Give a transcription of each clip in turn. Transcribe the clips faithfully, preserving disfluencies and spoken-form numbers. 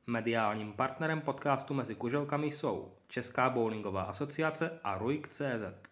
Mediálním partnerem podcastu Mezi kuželkami jsou Česká bowlingová asociace a Ruik tečka cé zet.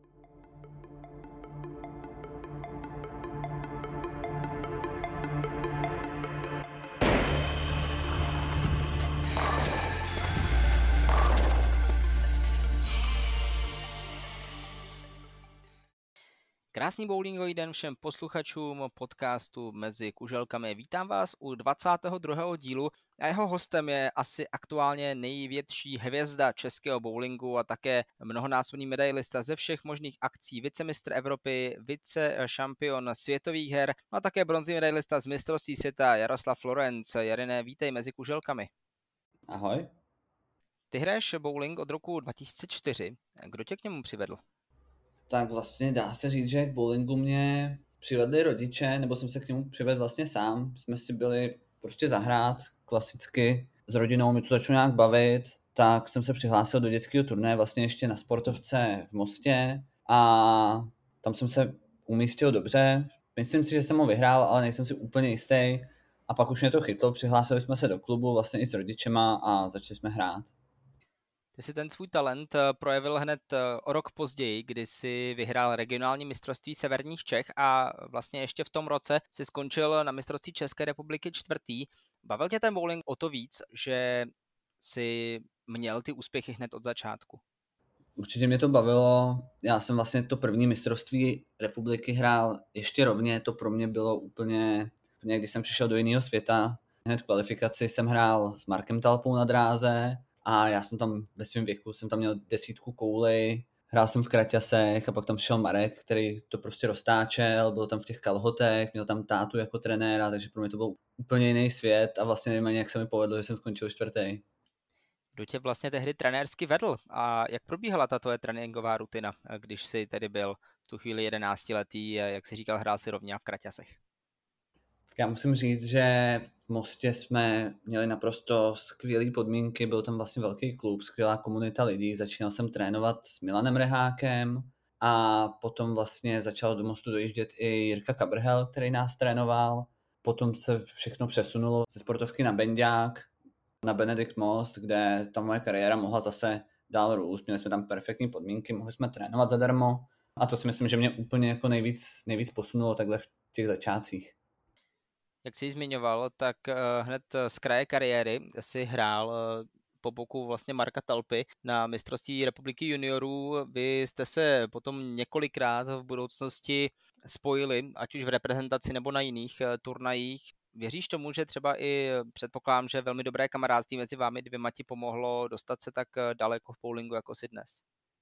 Krásný bowlingový den všem posluchačům podcastu Mezi kuželkami. Vítám vás u dvacátého druhého dílu a jeho hostem je asi aktuálně největší hvězda českého bowlingu a také mnohonásobný medailista ze všech možných akcí, vicemistr Evropy, vicešampion světových her, no a také bronzový medailista z mistrovství světa Jaroslav Florenc. Jarine, vítej Mezi kuželkami. Ahoj. Ty hraješ bowling od roku dva tisíce čtyři. Kdo tě k němu přivedl? Tak vlastně dá se říct, že k bowlingu mě přivedli rodiče, nebo jsem se k němu přivedl vlastně sám. Jsme si byli prostě zahrát klasicky s rodinou, mi to začalo nějak bavit, tak jsem se přihlásil do dětského turnaje vlastně ještě na sportovce v Mostě a tam jsem se umístil dobře. Myslím si, že jsem ho vyhrál, ale nejsem si úplně jistý. A pak už mě to chytlo, přihlásili jsme se do klubu vlastně i s rodičema a začali jsme hrát. Ty si ten svůj talent projevil hned o rok později, kdy si vyhrál regionální mistrovství severních Čech a vlastně ještě v tom roce si skončil na mistrovství České republiky čtvrtý. Bavil tě ten bowling o to víc, že si měl ty úspěchy hned od začátku? Určitě mě to bavilo. Já jsem vlastně to první mistrovství republiky hrál ještě rovně. To pro mě bylo úplně, když jsem přišel do jiného světa. Hned v kvalifikaci jsem hrál s Markem Talpou na dráze a já jsem tam ve svém věku, jsem tam měl desítku koulej. Hrál jsem v kraťasech a pak tam přišel Marek, který to prostě roztáčel, byl tam v těch kalhotech, měl tam tátu jako trenéra, takže pro mě to byl úplně jiný svět a vlastně nevím ani, jak se mi povedlo, že jsem skončil čtvrtý. Kdo tě vlastně tehdy trenérsky vedl a jak probíhala ta tvoje tréninková rutina, když jsi tedy byl v tu chvíli jedenáctiletý, jak jsi říkal, hrál si rovně v kraťasech? Já musím říct, že v Mostě jsme měli naprosto skvělé podmínky, byl tam vlastně velký klub, skvělá komunita lidí, začínal jsem trénovat s Milanem Rehákem a potom vlastně začal do Mostu dojíždět i Jirka Kabrhel, který nás trénoval. Potom se všechno přesunulo ze sportovky na Benďák, na Benedikt Most, kde ta moje kariéra mohla zase dál růst. Měli jsme tam perfektní podmínky, mohli jsme trénovat zadarmo a to si myslím, že mě úplně jako nejvíc, nejvíc posunulo takhle v těch začátcích. Jak jsi zmiňoval, tak hned z kraje kariéry si hrál po boku vlastně Marka Talpy na mistrovství republiky juniorů. Vy jste se potom několikrát v budoucnosti spojili, ať už v reprezentaci nebo na jiných turnajích. Věříš tomu, že třeba i předpokládám, že velmi dobré kamarádství mezi vámi dvěma ti pomohlo dostat se tak daleko v bowlingu, jako si dnes?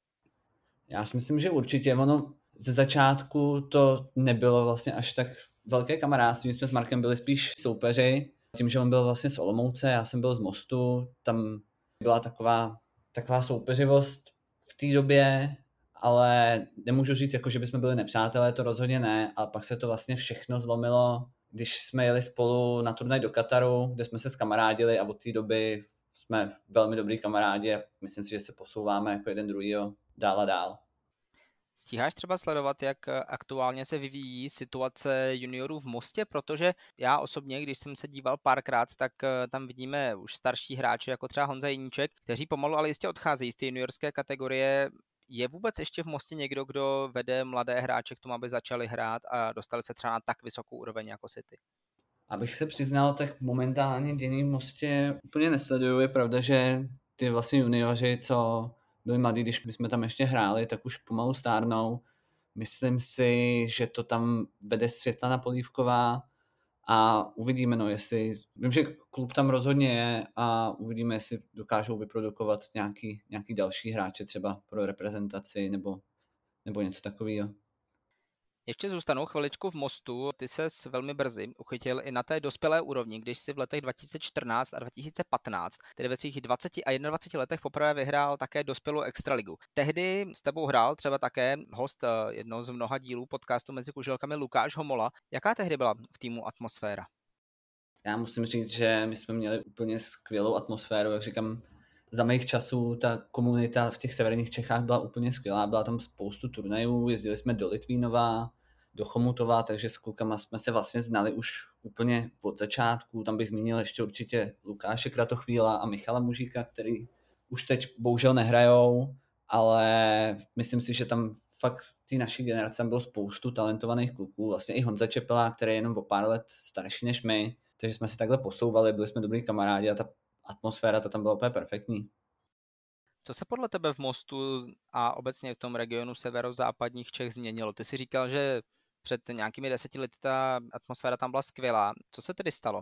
Já si myslím, že určitě. Ono ze začátku to nebylo vlastně až tak velké kamarádství. My jsme s Markem byli spíš soupeři. Tím, že on byl vlastně z Olomouce, já jsem byl z Mostu, tam byla taková, taková soupeřivost v té době, ale nemůžu říct, jako, že bychom byli nepřátelé, to rozhodně ne. A pak se to vlastně všechno zlomilo, když jsme jeli spolu na turnaj do Kataru, kde jsme se skamarádili a od té doby jsme velmi dobrý kamarádi a myslím si, že se posouváme jako jeden druhýho dál a dál. Stíháš třeba sledovat, jak aktuálně se vyvíjí situace juniorů v Mostě, protože já osobně, když jsem se díval párkrát, tak tam vidíme už starší hráče, jako třeba Honza Jeníček, kteří pomalu ale jistě odcházejí z té juniorské kategorie. Je vůbec ještě v Mostě někdo, kdo vede mladé hráče k tomu, aby začali hrát a dostali se třeba na tak vysokou úroveň jako si ty? Abych se přiznal, tak momentálně dění v Mostě úplně nesleduju. Je pravda, že ty vlastně junioři, co byli mladí, když my jsme tam ještě hráli, tak už pomalu stárnou. Myslím si, že to tam vede Světlana Polívková a uvidíme, no, jestli... Vím, že klub tam rozhodně je a uvidíme, jestli dokážou vyprodukovat nějaký, nějaký další hráče třeba pro reprezentaci nebo, nebo něco takového. Ještě zůstanu chviličku v Mostu. Ty ses velmi brzy uchytil i na té dospělé úrovni, když si v letech dva tisíce čtrnáct a dva tisíce patnáct, tedy ve svých dvaceti a jednadvaceti letech poprvé vyhrál také dospělou extraligu. Tehdy s tebou hrál třeba také host jednoho z mnoha dílů podcastu Mezi kuželkami Lukáš Homola. Jaká tehdy byla v týmu atmosféra? Já musím říct, že my jsme měli úplně skvělou atmosféru, jak říkám, za mých časů ta komunita v těch severních Čechách byla úplně skvělá, byla tam spoustu turnajů, jezdili jsme do Litvínova, do Chomutova, takže s klukama jsme se vlastně znali už úplně od začátku. Tam bych zmínil ještě určitě Lukáše Kratochvíla a Michala Mužíka, který už teď bohužel nehrajou, ale myslím si, že tam fakt v té naší generace bylo spoustu talentovaných kluků, vlastně i Honza Čepela, který je jenom o pár let starší než my, takže jsme si takhle posouvali, byli jsme dobrý kamarádi a ta atmosféra ta tam byla úplně perfektní. Co se podle tebe v Mostu a obecně v tom regionu severozápadních Čech změnilo? Ty si říkal, že před nějakými deseti lety ta atmosféra tam byla skvělá. Co se tedy stalo?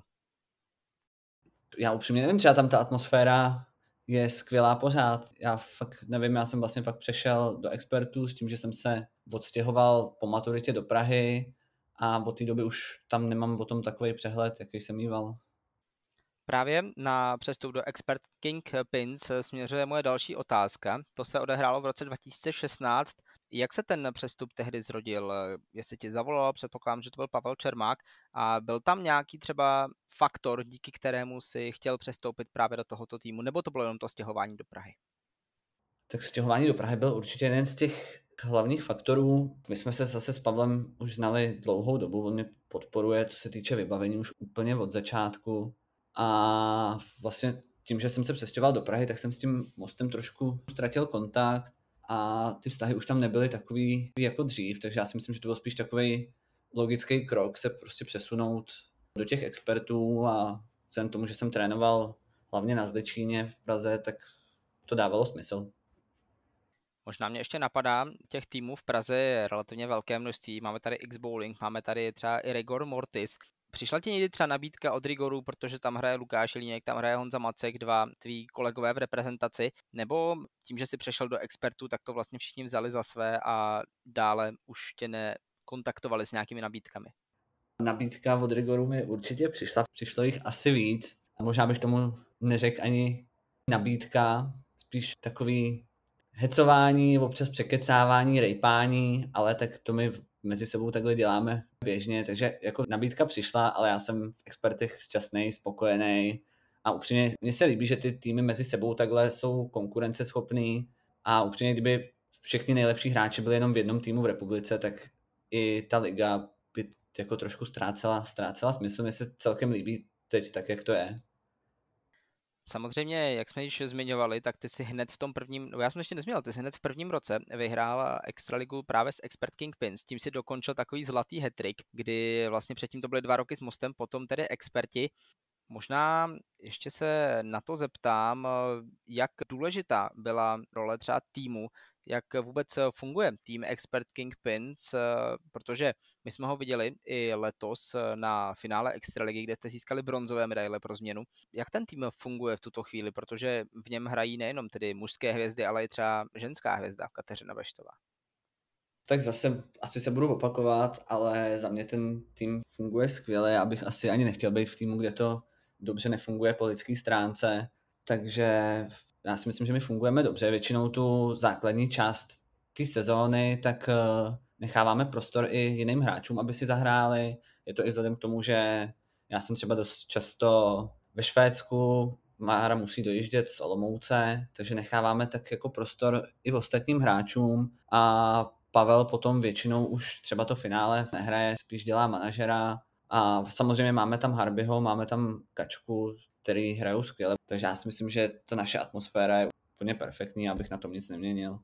Já upřímně nevím, třeba tam ta atmosféra je skvělá pořád. Já fakt nevím, já jsem vlastně pak přešel do Expertů s tím, že jsem se odstěhoval po maturitě do Prahy a od té doby už tam nemám o tom takový přehled, jaký jsem mýval. Právě na přestup do Expert King Pins směřuje moje další otázka. To se odehrálo v roce dva tisíce šestnáct. Jak se ten přestup tehdy zrodil? Jestli ti zavolal, předpokládám, že to byl Pavel Čermák, a byl tam nějaký třeba faktor, díky kterému si chtěl přestoupit právě do tohoto týmu, nebo to bylo jenom to stěhování do Prahy? Tak stěhování do Prahy byl určitě jeden z těch hlavních faktorů. My jsme se zase s Pavlem už znali dlouhou dobu, on mě podporuje, co se týče vybavení už úplně od začátku. A vlastně tím, že jsem se přestěhoval do Prahy, tak jsem s tím Mostem trošku ztratil kontakt a ty vztahy už tam nebyly takový jako dřív, takže já si myslím, že to byl spíš takový logický krok se prostě přesunout do těch Expertů a vzhledem tomu, že jsem trénoval hlavně na Zdečíně v Praze, tak to dávalo smysl. Možná mě ještě napadá, těch týmů v Praze je relativně velké množství. Máme tady X-Bowling, máme tady třeba i Rigor Mortis. Přišla ti někdy třeba nabídka od Rigoru, protože tam hraje Lukáš Jelínek, tam hraje Honza Macek, dva tví kolegové v reprezentaci, nebo tím, že jsi přešel do Expertů, tak to vlastně všichni vzali za své a dále už tě nekontaktovali s nějakými nabídkami? Nabídka od Rigoru mi určitě přišla, přišlo jich asi víc. A možná bych tomu neřekl ani nabídka, spíš takový hecování, občas překecávání, rejpání, ale tak to my mezi sebou takhle děláme běžně, takže jako nabídka přišla, ale já jsem v Expertech šťastný, spokojený a upřímně mně se líbí, že ty týmy mezi sebou takhle jsou konkurenceschopný a upřímně, kdyby všichni nejlepší hráči byli jenom v jednom týmu v republice, tak i ta liga by jako trošku ztrácela, ztrácela smysl. Mně se celkem líbí teď tak, jak to je. Samozřejmě, jak jsme již zmiňovali, tak ty si hned v tom prvním, no já jsem ještě nezmínil, ty si hned v prvním roce vyhrál Extraligu právě s Expert King Pins, tím si dokončil takový zlatý hat-trick, kdy vlastně předtím to byly dva roky s Mostem, potom tedy Experti. Možná ještě se na to zeptám, jak důležitá byla role třeba týmu, jak vůbec funguje tým Expert King Pins, protože my jsme ho viděli i letos na finále Extraligy, kde jste získali bronzové medaile pro změnu. Jak ten tým funguje v tuto chvíli, protože v něm hrají nejenom tedy mužské hvězdy, ale i třeba ženská hvězda Kateřina Beštová? Tak zase asi se budu opakovat, ale za mě ten tým funguje skvěle. Já bych asi ani nechtěl být v týmu, kde to dobře nefunguje po lidské stránce, takže já si myslím, že my fungujeme dobře. Většinou tu základní část té sezóny tak necháváme prostor i jiným hráčům, aby si zahráli. Je to i vzhledem k tomu, že já jsem třeba dost často ve Švédsku, Mára musí dojíždět z Olomouce, takže necháváme tak jako prostor i ostatním hráčům a Pavel potom většinou už třeba to finále nehraje, spíš dělá manažera a samozřejmě máme tam Harbyho, máme tam Kačku, který hrajou skvěle, takže já si myslím, že ta naše atmosféra je úplně perfektní, abych na tom nic neměnil.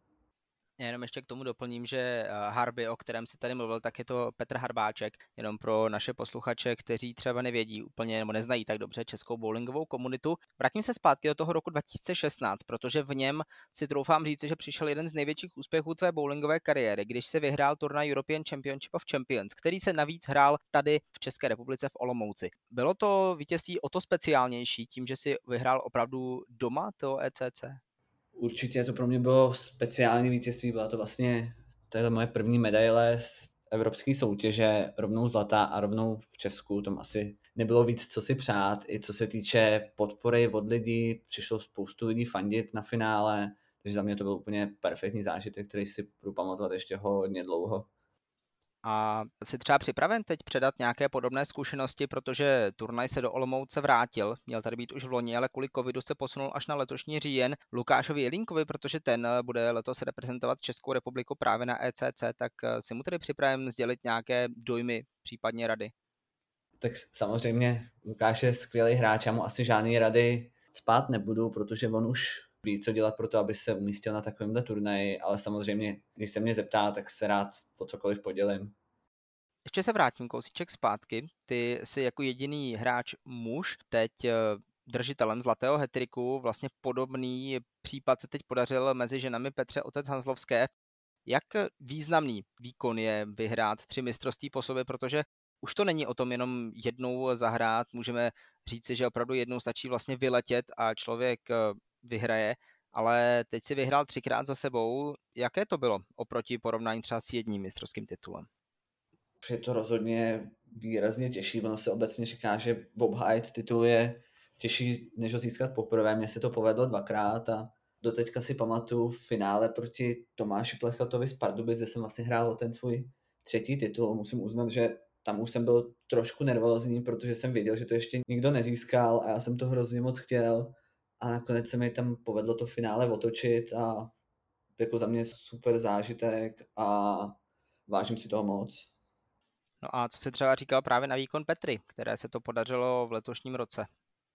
Já jenom ještě k tomu doplním, že Harby, o kterém si tady mluvil, tak je to Petr Harbáček, jenom pro naše posluchače, kteří třeba nevědí úplně nebo neznají tak dobře českou bowlingovou komunitu. Vrátím se zpátky do toho roku dva tisíce šestnáct, protože v něm si troufám říct, že přišel jeden z největších úspěchů tvé bowlingové kariéry, když se vyhrál turnaj European Championship of Champions, který se navíc hrál tady v České republice v Olomouci. Bylo to vítězství o to speciálnější tím, že si vyhrál opravdu doma to E C C? Určitě to pro mě bylo speciální vítězství, byla to vlastně tahle moje první medaile z evropské soutěže, rovnou zlatá a rovnou v Česku, tam asi nebylo víc co si přát, i co se týče podpory od lidí, přišlo spoustu lidí fandit na finále, takže za mě to byl úplně perfektní zážitek, který si budu pamatovat ještě hodně dlouho. A jsi třeba připraven teď předat nějaké podobné zkušenosti, protože turnaj se do Olomouce vrátil, měl tady být už v loni, ale kvůli covidu se posunul až na letošní říjen. Lukášovi Jelínkovi, protože ten bude letos reprezentovat Českou republiku právě na E C C, tak si mu tedy připraven sdělit nějaké dojmy, případně rady? Tak samozřejmě Lukáš je skvělý hráč, já mu asi žádný rady spát nebudu, protože on už ví, co dělat pro to, aby se umístil na takovémhle turnaji, ale samozřejmě, když se mě zeptá, tak se rád o cokoliv podělím. Ještě se vrátím kousíček zpátky. Ty jsi jako jediný hráč muž teď držitelem zlatého hat-tricku, vlastně podobný případ se teď podařil mezi ženami Petře Otec Hanzlovské. Jak významný výkon je vyhrát tři mistrovství po sobě, protože už to není o tom jenom jednou zahrát, můžeme říci, že opravdu jednou stačí vlastně vyletět a člověk vyhraje, ale teď si vyhrál třikrát za sebou. Jaké to bylo oproti porovnání třeba s jedním mistrovským titulem? Je to rozhodně výrazně těžší, ono se obecně říká, že obhájit titul je těžší, než ho získat poprvé. Mně se to povedlo dvakrát a doteďka si pamatuju v finále proti Tomáši Plechatovi z Pardubic, kde jsem vlastně hrál o ten svůj třetí titul. Musím uznat, že tam už jsem byl trošku nervózní, protože jsem věděl, že to ještě nikdo nezískal a já jsem to hrozně moc chtěl a nakonec se mi tam povedlo to finále otočit a jako za mě super zážitek a vážím si toho moc. No a co se třeba říkal právě na výkon Petry, které se to podařilo v letošním roce?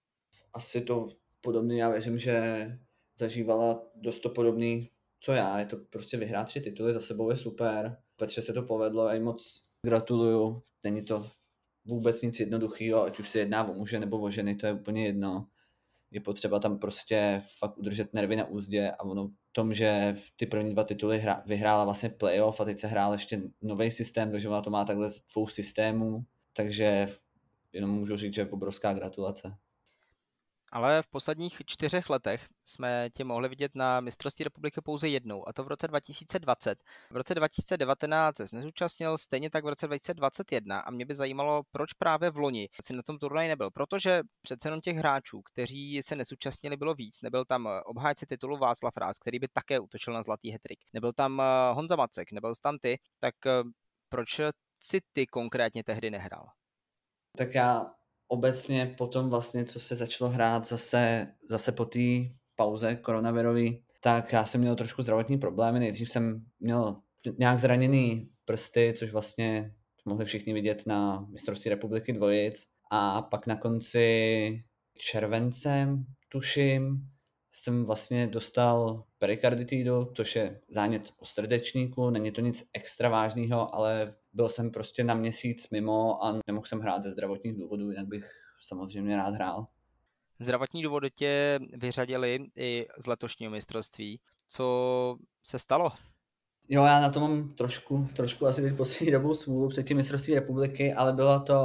Asi to podobný, já věřím, že zažívala dost to podobný, co já. Je to prostě vyhrát tři tituly za sebou je super. Petře se to povedlo, já jí moc gratuluju. Není to vůbec nic jednoduchého, ať už se jedná o muže nebo o ženy, to je úplně jedno. Je potřeba tam prostě fakt udržet nervy na úzdě a ono v tom, že ty první dva tituly hra, vyhrála vlastně playoff a teď se hrál ještě nový systém, takže ona to má takhle z dvou systémů, takže jenom můžu říct, že je obrovská gratulace. Ale v posledních čtyřech letech jsme tě mohli vidět na mistrovství republiky pouze jednou, a to v roce dva tisíce dvacet. V roce dva tisíce devatenáct se nezúčastnil, stejně tak v roce dva tisíce dvacet jedna a mě by zajímalo, proč právě v loni si na tom turnaji nebyl, protože přece jenom těch hráčů, kteří se nezúčastnili, bylo víc. Nebyl tam obhájce titulu Václav Ráz, který by také útočil na zlatý hat-trick. Nebyl tam Honza Macek, nebyl tam ty, tak proč si ty konkrétně tehdy nehrál? Tak já obecně potom vlastně, co se začalo hrát zase, zase po té pauze koronavirový, tak já jsem měl trošku zdravotní problémy. Nejdřív jsem měl nějak zraněný prsty, což vlastně mohli všichni vidět na mistrovství republiky dvojic. A pak na konci července, tuším, jsem vlastně dostal perikarditidu, což je zánět o srdečníku. Není to nic extra vážného, ale byl jsem prostě na měsíc mimo a nemohl jsem hrát ze zdravotních důvodů, jinak bych samozřejmě rád hrál. Zdravotní důvody tě vyřadili i z letošního mistrovství. Co se stalo? Jo, já na to mám trošku, trošku asi teď poslední dobou smůlu před tím mistrovství republiky, ale byla to,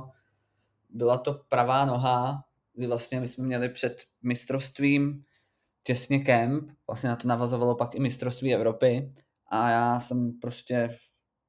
byla to pravá noha, kdy vlastně my jsme měli před mistrovstvím těsně kemp, vlastně na to navazovalo pak i mistrovství Evropy a já jsem prostě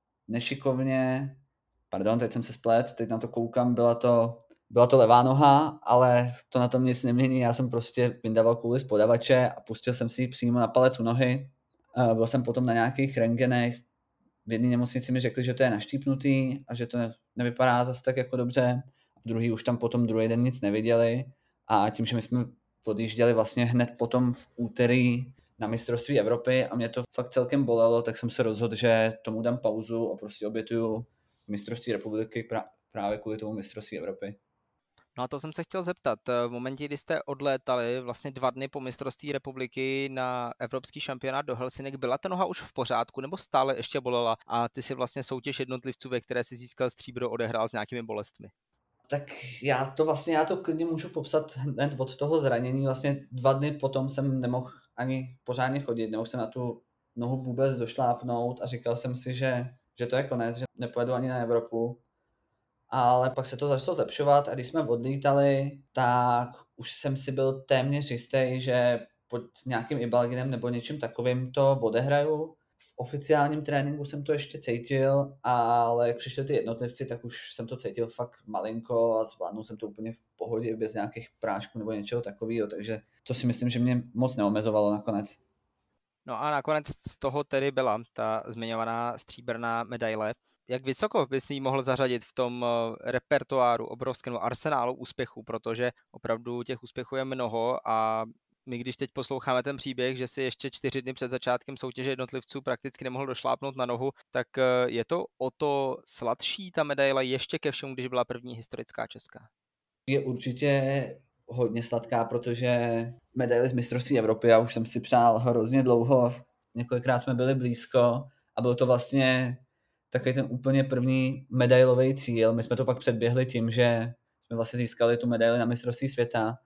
nešikovně, pardon, teď jsem se splet, teď na to koukám, byla to, byla to levá noha, ale to na tom nic nemění, já jsem prostě vyndával kouli z podavače a pustil jsem si ji přímo na palec u nohy. Byl jsem potom na nějakých rentgenech, v jedné nemocnici mi řekli, že to je naštípnutý a že to nevypadá zase tak jako dobře. V druhý už tam potom druhý den nic neviděli a tím, že my jsme odjížděli vlastně hned potom v úterý na mistrovství Evropy a mě to fakt celkem bolelo, tak jsem se rozhodl, že tomu dám pauzu a prostě obětuju mistrovství republiky právě kvůli tomu mistrovství Evropy. No a to jsem se chtěl zeptat. V momentě, kdy jste odlétali vlastně dva dny po mistrovství republiky na evropský šampionát do Helsinek, byla ta noha už v pořádku nebo stále ještě bolela a ty si vlastně soutěž jednotlivců, ve které si získal stříbro, odehrál s nějakými bolestmi? Tak já to vlastně, já to klidně můžu popsat hned od toho zranění. Vlastně dva dny potom jsem nemohl ani pořádně chodit, nemohl jsem na tu nohu vůbec došlápnout a říkal jsem si, že, že to je konec, že nepojedu ani na Evropu. Ale pak se to začalo zlepšovat a když jsme odlítali, tak už jsem si byl téměř jistý, že pod nějakým Ibalginem nebo něčím takovým to odehraju. V oficiálním tréninku jsem to ještě cítil, ale jak přišli ty jednotlivci, tak už jsem to cítil fakt malinko a zvládnul jsem to úplně v pohodě, bez nějakých prášků nebo něčeho takového, takže to si myslím, že mě moc neomezovalo nakonec. No a nakonec z toho tedy byla ta zmiňovaná stříbrná medaile. Jak vysoko bys jí mohl zařadit v tom repertoáru obrovského arsenálu úspěchů, protože opravdu těch úspěchů je mnoho a my když teď posloucháme ten příběh, že si ještě čtyři dny před začátkem soutěže jednotlivců prakticky nemohl došlápnout na nohu, tak je to o to sladší ta medaile ještě ke všemu, když byla první historická česká? Je určitě hodně sladká, protože medaily z mistrovství Evropy, já už jsem si přál hrozně dlouho, několikrát jsme byli blízko a byl to vlastně takový ten úplně první medailový cíl. My jsme to pak předběhli tím, že jsme vlastně získali tu medaili na mistrovství světa,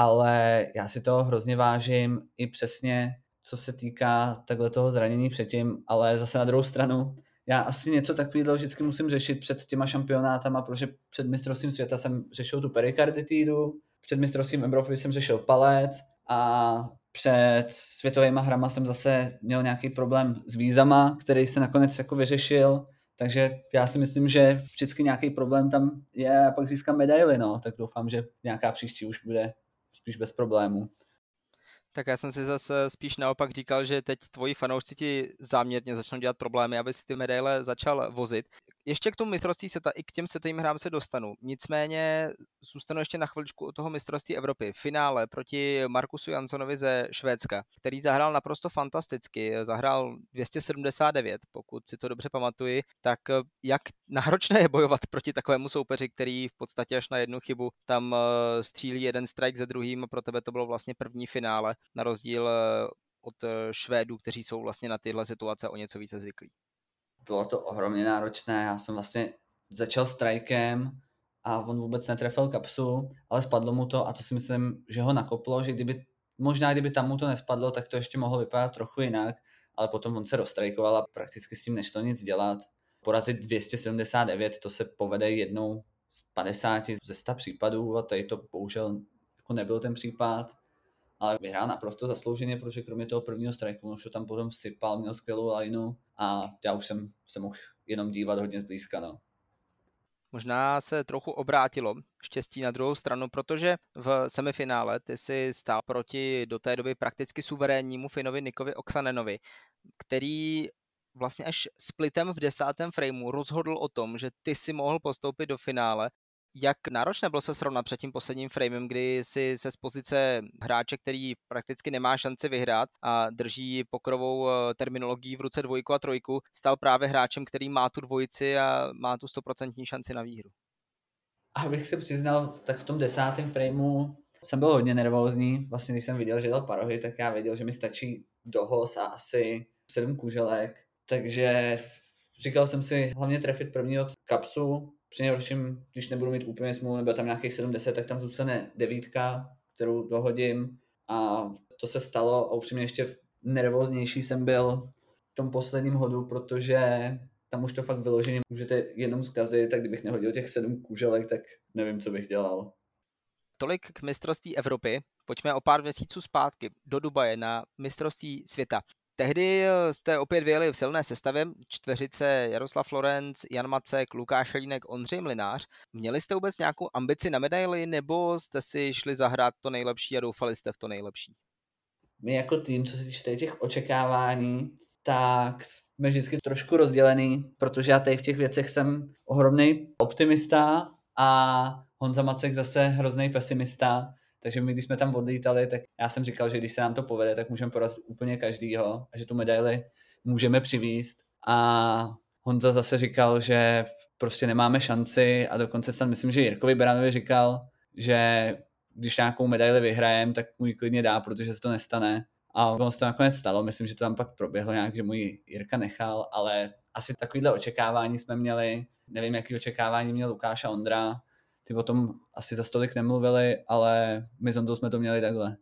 ale já si toho hrozně vážím i přesně, co se týká takhle toho zranění předtím, ale zase na druhou stranu já asi něco takového vždycky musím řešit před těma šampionátama, protože před mistrovstvím světa jsem řešil tu perikarditídu, před mistrovstvím Evropy jsem řešil palec a před světovýma hrama jsem zase měl nějaký problém s vízama, který se nakonec jako vyřešil, takže já si myslím, že vždycky nějaký problém tam je a pak získám medaily, no, tak doufám, že nějaká příští už bude spíš bez problémů. Tak já jsem si zase spíš naopak říkal, že teď tvoji fanoušci ti záměrně začnou dělat problémy, aby si ty medaile začal vozit. Ještě k tomu mistrovství světa i k těm světovým hrám se dostanu. Nicméně zůstanu ještě na chviličku u toho mistrovství Evropy. Finále proti Markusu Janssonovi ze Švédska, který zahrál naprosto fantasticky. Zahrál dvě stě sedmdesát devět, pokud si to dobře pamatuji. Tak jak náročné je bojovat proti takovému soupeři, který v podstatě až na jednu chybu tam střílí jeden strike za druhým. Pro tebe to bylo vlastně první finále, na rozdíl od Švédů, kteří jsou vlastně na tyhle situace o něco více zvyklí. Bylo to ohromně náročné, já jsem vlastně začal strikem a on vůbec netrefil kapsu, ale spadlo mu to a to si myslím, že ho nakoplo, že kdyby, možná kdyby tam mu to nespadlo, tak to ještě mohlo vypadat trochu jinak, ale potom on se rozstrajkoval a prakticky s tím nešlo nic dělat. Porazit dvě stě sedmdesát devět, to se povede jednou z padesáti ze sta případů a tady to bohužel jako nebyl ten případ. Ale vyhrál naprosto zaslouženě, protože kromě toho prvního strajku, on už to tam potom sypal, měl skvělou lineu a já už jsem se mohl jenom dívat hodně zblízka. No. Možná se trochu obrátilo štěstí na druhou stranu, protože v semifinále ty si stál proti do té doby prakticky suverénnímu Finovi Nikovi Oksanenovi, který vlastně až splitem v desátém frameu rozhodl o tom, že ty si mohl postoupit do finále. Jak náročné bylo se srovnat před tím posledním framem, kdy si se z pozice hráče, který prakticky nemá šanci vyhrát a drží pokrovou terminologií v ruce dvojku a trojku, stal právě hráčem, který má tu dvojici a má tu stoprocentní šanci na výhru? Abych se přiznal, tak v tom desátém frameu jsem byl hodně nervózní. Vlastně když jsem viděl, že dal parohy, tak já věděl, že mi stačí dohoz a asi sedm kuželek. Takže říkal jsem si hlavně trefit první od kapsu. Při nejhorším, když nebudu mít úplně smůlu, nebo tam nějakých sedmdesát, tak tam zůstane devítka, kterou dohodím a to se stalo a upřímně ještě nervóznější jsem byl v tom posledním hodu, protože tam už to fakt vyloženě můžete jenom zkazit, tak kdybych nehodil těch sedm kůželek, tak nevím, co bych dělal. Tolik k mistrovství Evropy. Pojďme o pár měsíců zpátky do Dubaje na mistrovství světa. Tehdy jste opět vyjeli v silné sestavě, čtveřice Jaroslav Florenc, Jan Macek, Lukáš Jelínek, Ondřej Mlynář. Měli jste vůbec nějakou ambici na medaili, nebo jste si šli zahrát to nejlepší a doufali jste v to nejlepší? My jako tým, co se týče těch očekávání, tak jsme vždycky trošku rozdělený, protože já tady v těch věcech jsem ohromný optimista a Honza Macek zase hrozný pesimista. Takže my, když jsme tam odlítali, tak já jsem říkal, že když se nám to povede, tak můžeme porazit úplně každýho a že tu medaili můžeme přivízt. A Honza zase říkal, že prostě nemáme šanci a dokonce jsem myslím, že Jirkovi Beranovi říkal, že když nějakou medaili vyhrajeme, tak mu ji klidně dá, protože se to nestane. A ono se to nakonec stalo, myslím, že to tam pak proběhlo nějak, že můj Jirka nechal, ale asi takovýhle očekávání jsme měli. Nevím, jaký očekávání měl Lukáš a Ondra. Ty o tom asi za stolik nemluvili, ale my s Ondrou jsme to měli takhle.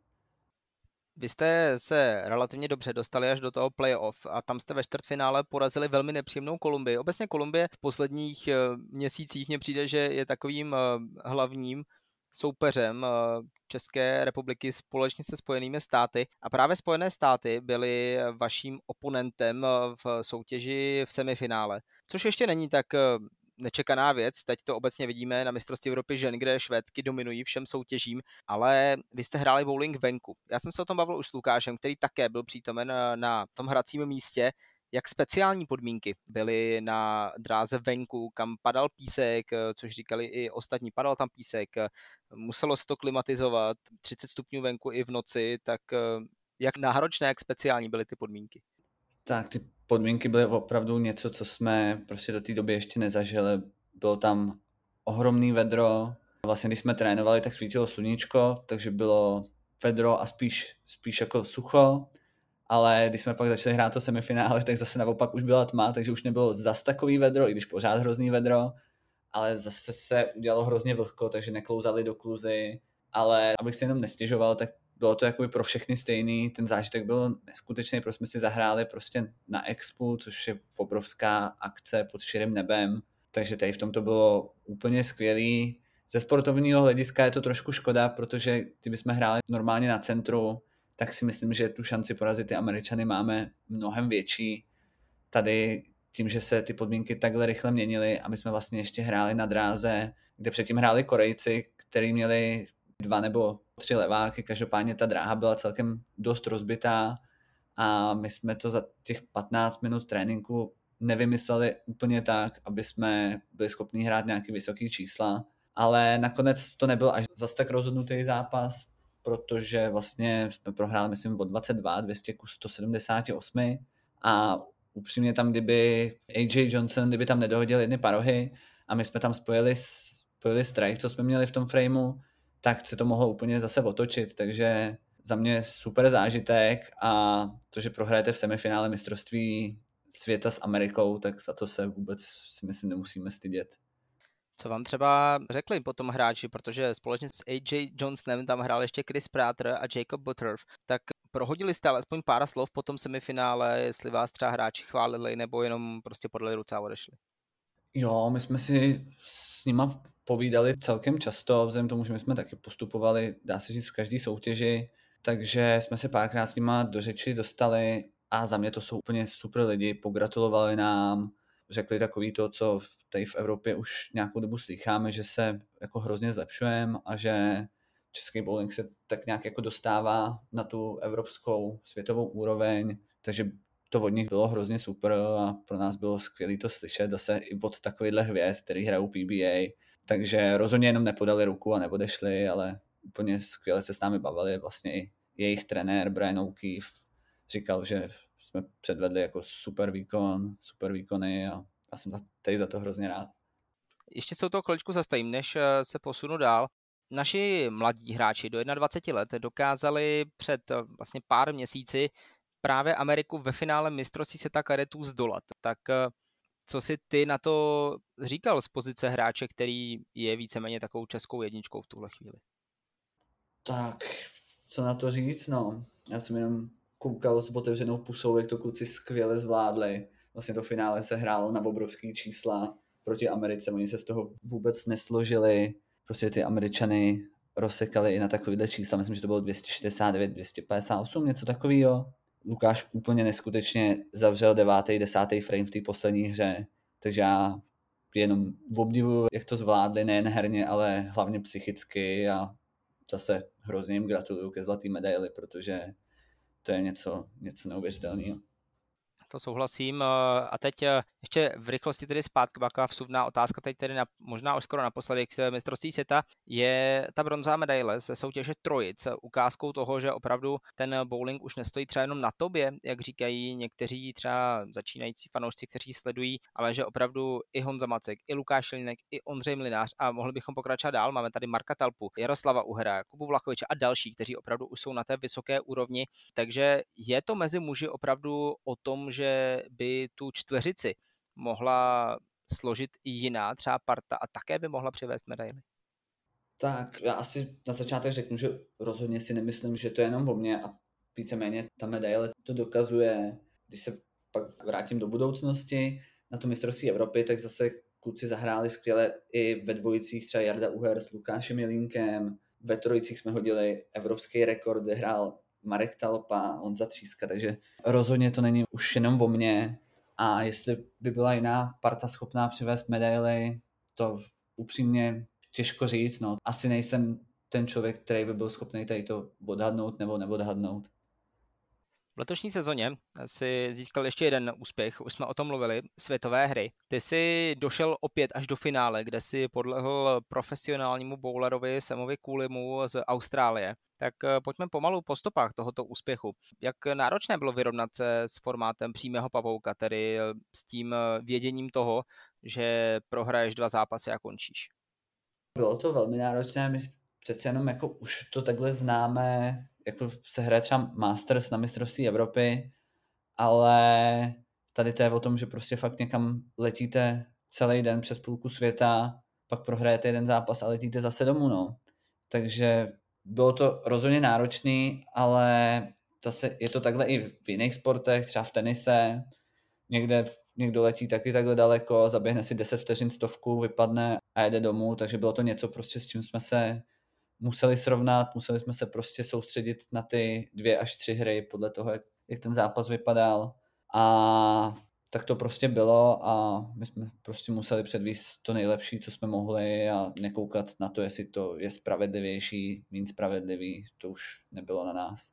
Vy jste se relativně dobře dostali až do toho playoff a tam jste ve čtvrtfinále porazili velmi nepříjemnou Kolumbii. Obecně Kolumbie v posledních měsících mně přijde, že je takovým hlavním soupeřem České republiky společně se Spojenými státy a právě Spojené státy byly vaším oponentem v soutěži v semifinále, což ještě není tak nečekaná věc, teď to obecně vidíme na mistrovství Evropy žen, kde Švédky dominují všem soutěžím, ale vy jste hráli bowling venku. Já jsem se o tom bavil už s Lukášem, který také byl přítomen na tom hracím místě. Jak speciální podmínky byly na dráze venku, kam padal písek, což říkali i ostatní, padal tam písek, muselo se to klimatizovat, třicet stupňů venku i v noci, tak jak náročné, jak speciální byly ty podmínky? Tak ty podmínky byly opravdu něco, co jsme prostě do té doby ještě nezažili. Bylo tam ohromný vedro. Vlastně když jsme trénovali, tak svítilo sluníčko, takže bylo vedro a spíš, spíš jako sucho. Ale když jsme pak začali hrát to semifinále, tak zase naopak už byla tma, takže už nebylo zas takový vedro, i když pořád hrozný vedro. Ale zase se udělalo hrozně vlhko, takže neklouzali do kluzy. Ale abych si jenom nestěžoval, tak bylo to jakoby pro všechny stejný, ten zážitek byl neskutečný, protože jsme si zahráli prostě na Expu, což je obrovská akce pod širým nebem, takže tady v tom to bylo úplně skvělý. Ze sportovního hlediska je to trošku škoda, protože kdybychom hráli normálně na centru, tak si myslím, že tu šanci porazit ty Američany máme mnohem větší. Tady tím, že se ty podmínky takhle rychle měnily a my jsme vlastně ještě hráli na dráze, kde předtím hráli Korejci, kteří měli dva nebo tři leváky, každopádně ta dráha byla celkem dost rozbitá a my jsme to za těch patnáct minut tréninku nevymysleli úplně tak, aby jsme byli schopni hrát nějaký vysoký čísla, ale nakonec to nebyl až zas tak rozhodnutý zápas, protože vlastně jsme prohráli, myslím, o dvacet dva, dvě stě ku sto sedmdesát osm a upřímně tam, kdyby A J Johnson, kdyby tam nedohodil jedny parohy a my jsme tam spojili, spojili strike, co jsme měli v tom frameu, tak se to mohlo úplně zase otočit, takže za mě super zážitek a to, že prohrajete v semifinále mistrovství světa s Amerikou, tak za to se vůbec si myslím nemusíme stydět. Co vám třeba řekli potom hráči, protože společně s A J Johnsonem tam hrál ještě Chris Prater a Jacob Butterf, tak prohodili jste alespoň pár slov po tom semifinále, jestli vás třeba hráči chválili nebo jenom prostě podali ruce a odešli? Jo, my jsme si s nima povídali celkem často, vzhledem tomu, že my jsme taky postupovali, dá se říct, v každé soutěži, takže jsme se párkrát s nima do řeči dostali a za mě to jsou úplně super lidi, pogratulovali nám, řekli takový to, co tady v Evropě už nějakou dobu slycháme, že se jako hrozně zlepšujeme a že český bowling se tak nějak jako dostává na tu evropskou světovou úroveň, takže to od nich bylo hrozně super a pro nás bylo skvělé to slyšet zase i od takovýchhle hvězd, který hrajou P B A, takže rozhodně jenom nepodali ruku a neodešli, ale úplně skvěle se s námi bavili, vlastně i jejich trenér Brian O'Keefe říkal, že jsme předvedli jako super výkon, super výkony a já jsem tady za to hrozně rád. Ještě se o toho chviličku zastavím, než se posunu dál. Naši mladí hráči do dvacet jedna let dokázali před vlastně pár měsíci právě Ameriku ve finále mistrovství světa kadetů zdolat. Tak co si ty na to říkal z pozice hráče, který je víceméně takovou českou jedničkou v tuhle chvíli? Tak, co na to říct, no. Já jsem jenom koukal s otevřenou pusou, jak to kluci skvěle zvládli. Vlastně to finále se hrálo na obrovský čísla proti Americe, oni se z toho vůbec nesložili. Prostě ty Američany rozsekali i na takovýhle čísla, myslím, že to bylo dvě stě šedesát devět, dvě stě padesát osm, něco takového. Lukáš úplně neskutečně zavřel devátý, desátý frame v té poslední hře, takže já jenom obdivuju, jak to zvládli, nejen herně, ale hlavně psychicky a zase hrozně jim gratuluju ke zlatý medaili, protože to je něco, něco neuvěřitelného. To souhlasím. A teď ještě v rychlosti tedy zpátky, taková vsuvná otázka, teď tedy na, možná už skoro naposledy k mistrovství světa, je ta bronzová medaile ze soutěže trojic ukázkou toho, že opravdu ten bowling už nestojí třeba jenom na tobě, jak říkají někteří třeba začínající fanoušci, kteří sledují, ale že opravdu i Honza Macek, i Lukáš Jelínek, i Ondřej Mlynář a mohli bychom pokračovat dál. Máme tady Marka Talpu, Jaroslava Uhera, Kubu Vlachoviče a další, kteří opravdu už jsou na té vysoké úrovni. Takže je to mezi muži opravdu o tom, že by tu čtveřici mohla složit i jiná třeba parta a také by mohla přivést medaili? Tak já asi na začátek řeknu, že rozhodně si nemyslím, že to je jenom o mně a víceméně ta medaile to dokazuje. Když se pak vrátím do budoucnosti na to mistrovství Evropy, tak zase kluci zahráli skvěle i ve dvojicích, třeba Jarda Uher s Lukášem Jelínkem, ve trojicích jsme hodili evropský rekord, kde hrál Marek Talpa, Honza Tříska, takže rozhodně to není už jenom o mně a jestli by byla jiná parta schopná přivést medaily, to upřímně těžko říct, no. Asi nejsem ten člověk, který by byl schopný tady to odhadnout nebo neodhadnout. V letošní sezóně si získal ještě jeden úspěch, už jsme o tom mluvili, světové hry. Ty jsi došel opět až do finále, kde si podlehl profesionálnímu bowlerovi Samovi Cooleymu z Austrálie. Tak pojďme pomalu po stopách tohoto úspěchu. Jak náročné bylo vyrovnat se s formátem přímého pavouka, tedy s tím věděním toho, že prohraješ dva zápasy a končíš? Bylo to velmi náročné, my přece jenom jako už to takhle známe, jako se hraje třeba Masters na mistrovství Evropy, ale tady to je o tom, že prostě fakt někam letíte celý den přes půlku světa, pak prohrajete jeden zápas a letíte zase domů, no. Takže bylo to rozhodně náročný, ale zase je to takhle i v jiných sportech, třeba v tenise, někde někdo letí taky takhle daleko, zaběhne si deset vteřin stovku, vypadne a jede domů, takže bylo to něco prostě, s čím jsme se museli srovnat, museli jsme se prostě soustředit na ty dvě až tři hry podle toho, jak, jak ten zápas vypadal a tak to prostě bylo a my jsme prostě museli předvíst to nejlepší, co jsme mohli a nekoukat na to, jestli to je spravedlivější, méně spravedlivý, to už nebylo na nás.